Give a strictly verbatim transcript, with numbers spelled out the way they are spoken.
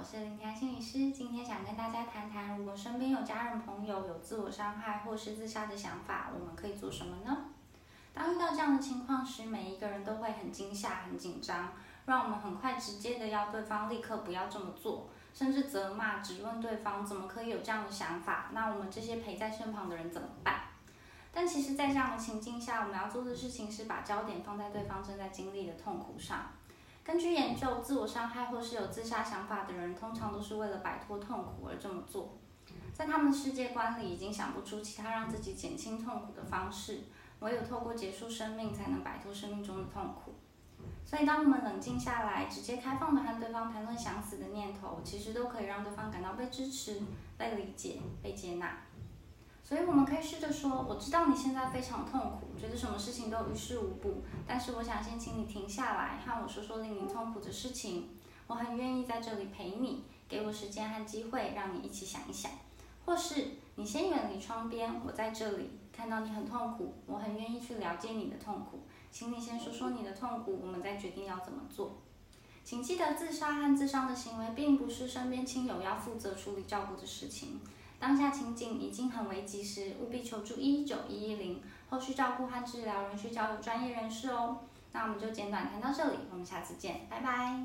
是林田心理师。今天想跟大家谈谈，如果身边有家人朋友有自我伤害或是自杀的想法，我们可以做什么呢？当遇到这样的情况时，每一个人都会很惊吓、很紧张，让我们很快直接的要对方立刻不要这么做，甚至责骂、质问对方怎么可以有这样的想法？那我们这些陪在身旁的人怎么办？但其实，在这样的情境下，我们要做的事情是把焦点放在对方正在经历的痛苦上。根据研究，自我伤害或是有自杀想法的人，通常都是为了摆脱痛苦而这么做。在他们的世界观里，已经想不出其他让自己减轻痛苦的方式，唯有透过结束生命，才能摆脱生命中的痛苦。所以，当我们冷静下来，直接开放的和对方谈论想死的念头，其实都可以让对方感到被支持、被理解、被接纳。所以我们可以试着说，我知道你现在非常痛苦，觉得什么事情都于事无补，但是我想先请你停下来，和我说说令你痛苦的事情。我很愿意在这里陪你，给我时间和机会，让你一起想一想。或是你先远离窗边，我在这里，看到你很痛苦，我很愿意去了解你的痛苦，请你先说说你的痛苦，我们再决定要怎么做。请记得，自杀和自伤的行为并不是身边亲友要负责处理照顾的事情。当下情景已经很危急时，务必求助一一九一一零，后续照顾和治疗仍需交由专业人士哦。那我们就简短谈到这里，我们下次见，拜拜。